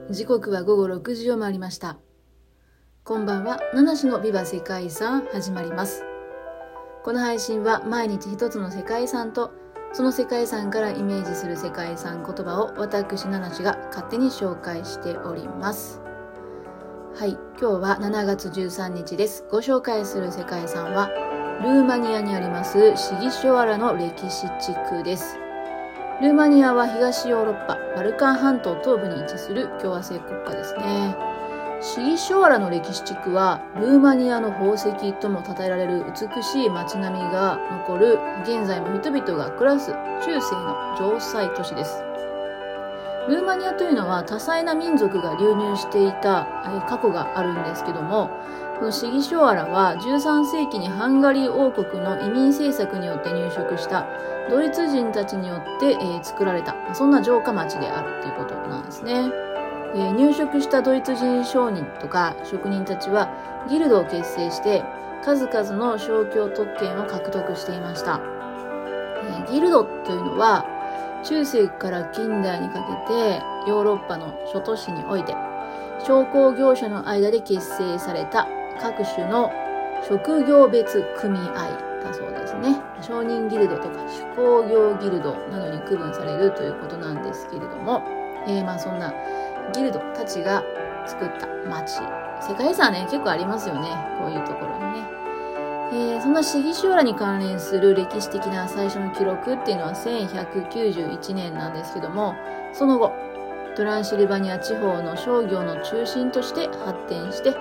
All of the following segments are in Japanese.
時刻は午後6時を回りました。こんばんは。七種のビバ世界遺産始まります。この配信は毎日一つの世界遺産とその世界遺産からイメージする世界遺産言葉を私七種が勝手に紹介しております。はい、今日は7月13日です。ご紹介する世界遺産はルーマニアにありますシギショワラの歴史地区です。ルーマニアは東ヨーロッパ、バルカン半島東部に位置する共和制国家ですね。シギショワラの歴史地区はルーマニアの宝石とも称えられる美しい街並みが残る現在も人々が暮らす中世の城塞都市です。ルーマニアというのは多彩な民族が流入していた過去があるんですけども、このシギショワラは13世紀にハンガリー王国の移民政策によって入植したドイツ人たちによって作られた、そんな城下町であるということなんですね。入植したドイツ人商人とか職人たちはギルドを結成して数々の商業特権を獲得していました。ギルドというのは中世から近代にかけてヨーロッパの諸都市において商工業者の間で結成された各種の職業別組合だそうですね。商人ギルドとか手工業ギルドなどに区分されるということなんですけれども、そんなギルドたちが作った町、世界遺産ね結構ありますよね、こういうところにね。そんなシギショワラに関連する歴史的な最初の記録っていうのは1191年なんですけども、その後トランシルバニア地方の商業の中心として発展して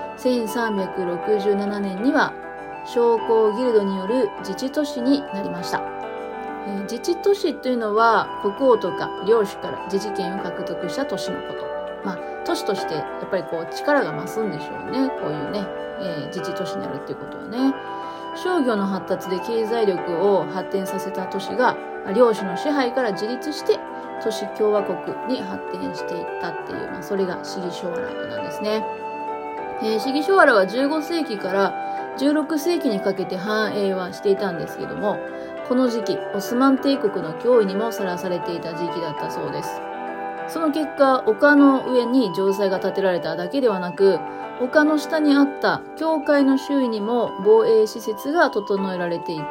1367年には商工ギルドによる自治都市になりました。自治都市というのは国王とか領主から自治権を獲得した都市のこと。都市としてやっぱり力が増すんでしょうね。こういうね、自治都市になるっていうことはね。商業の発達で経済力を発展させた都市が領主の支配から自立して都市共和国に発展していったっていう、それがシギショワラなんですね。シギショワラは15世紀から16世紀にかけて繁栄はしていたんですけども、この時期オスマン帝国の脅威にもさらされていた時期だったそうです。その結果、丘の上に城塞が建てられただけではなく、丘の下にあった教会の周囲にも防衛施設が整えられていって、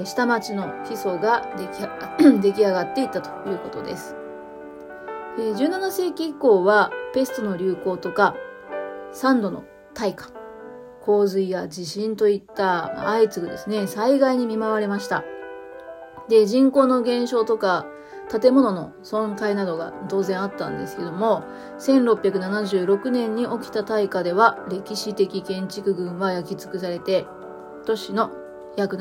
下町の基礎が出来上がっていったということです。17世紀以降はペストの流行とか3度の大火、洪水や地震といった相次ぐですね、災害に見舞われました。で、人口の減少とか建物の損壊などが当然あったんですけども、1676年に起きた大火では歴史的建築群は焼き尽くされて、都市の約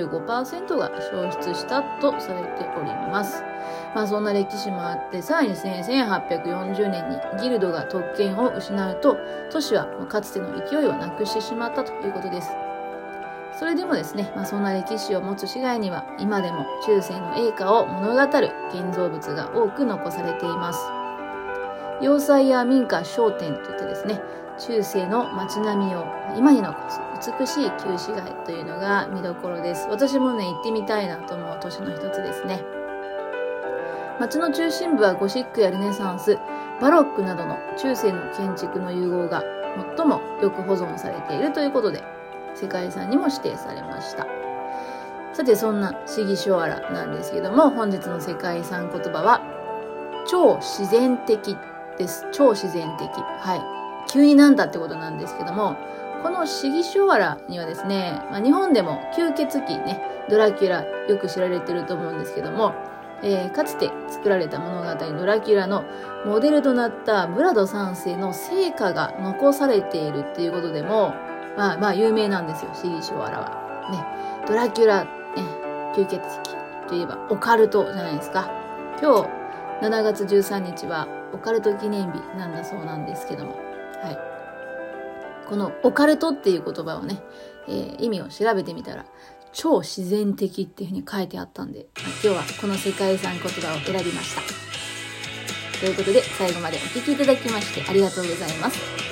75% が消失したとされております。そんな歴史もあって、さらにですね、1840年にギルドが特権を失うと、都市はかつての勢いをなくしてしまったということです。それでもですね、そんな歴史を持つ市街には今でも中世の栄華を物語る建造物が多く残されています。要塞や民家、商店といったですね、中世の街並みを今に残す美しい旧市街というのが見どころです。私もね、行ってみたいなと思う都市の一つですね。街の中心部はゴシックやルネサンス、バロックなどの中世の建築の融合が最もよく保存されているということで、世界遺産にも指定されました。さて、そんなシギショワラなんですけども、本日の世界遺産言葉は超自然的です。超自然的。はい。急になんだってことなんですけども、このシギショワラにはですね、日本でも吸血鬼ね、ドラキュラよく知られてると思うんですけども、かつて作られた物語ドラキュラのモデルとなったヴラド3世の生家が残されているっていうことでも有名なんですよ、シギショワラはね。ドラキュラ、ね、吸血鬼といえばオカルトじゃないですか。今日7月13日はオカルト記念日なんだそうなんですけども、はい、このオカルトっていう言葉をね、意味を調べてみたら超自然的っていうふうに書いてあったんで、今日はこの世界遺産言葉を選びました。ということで最後までお聞きいただきましてありがとうございます。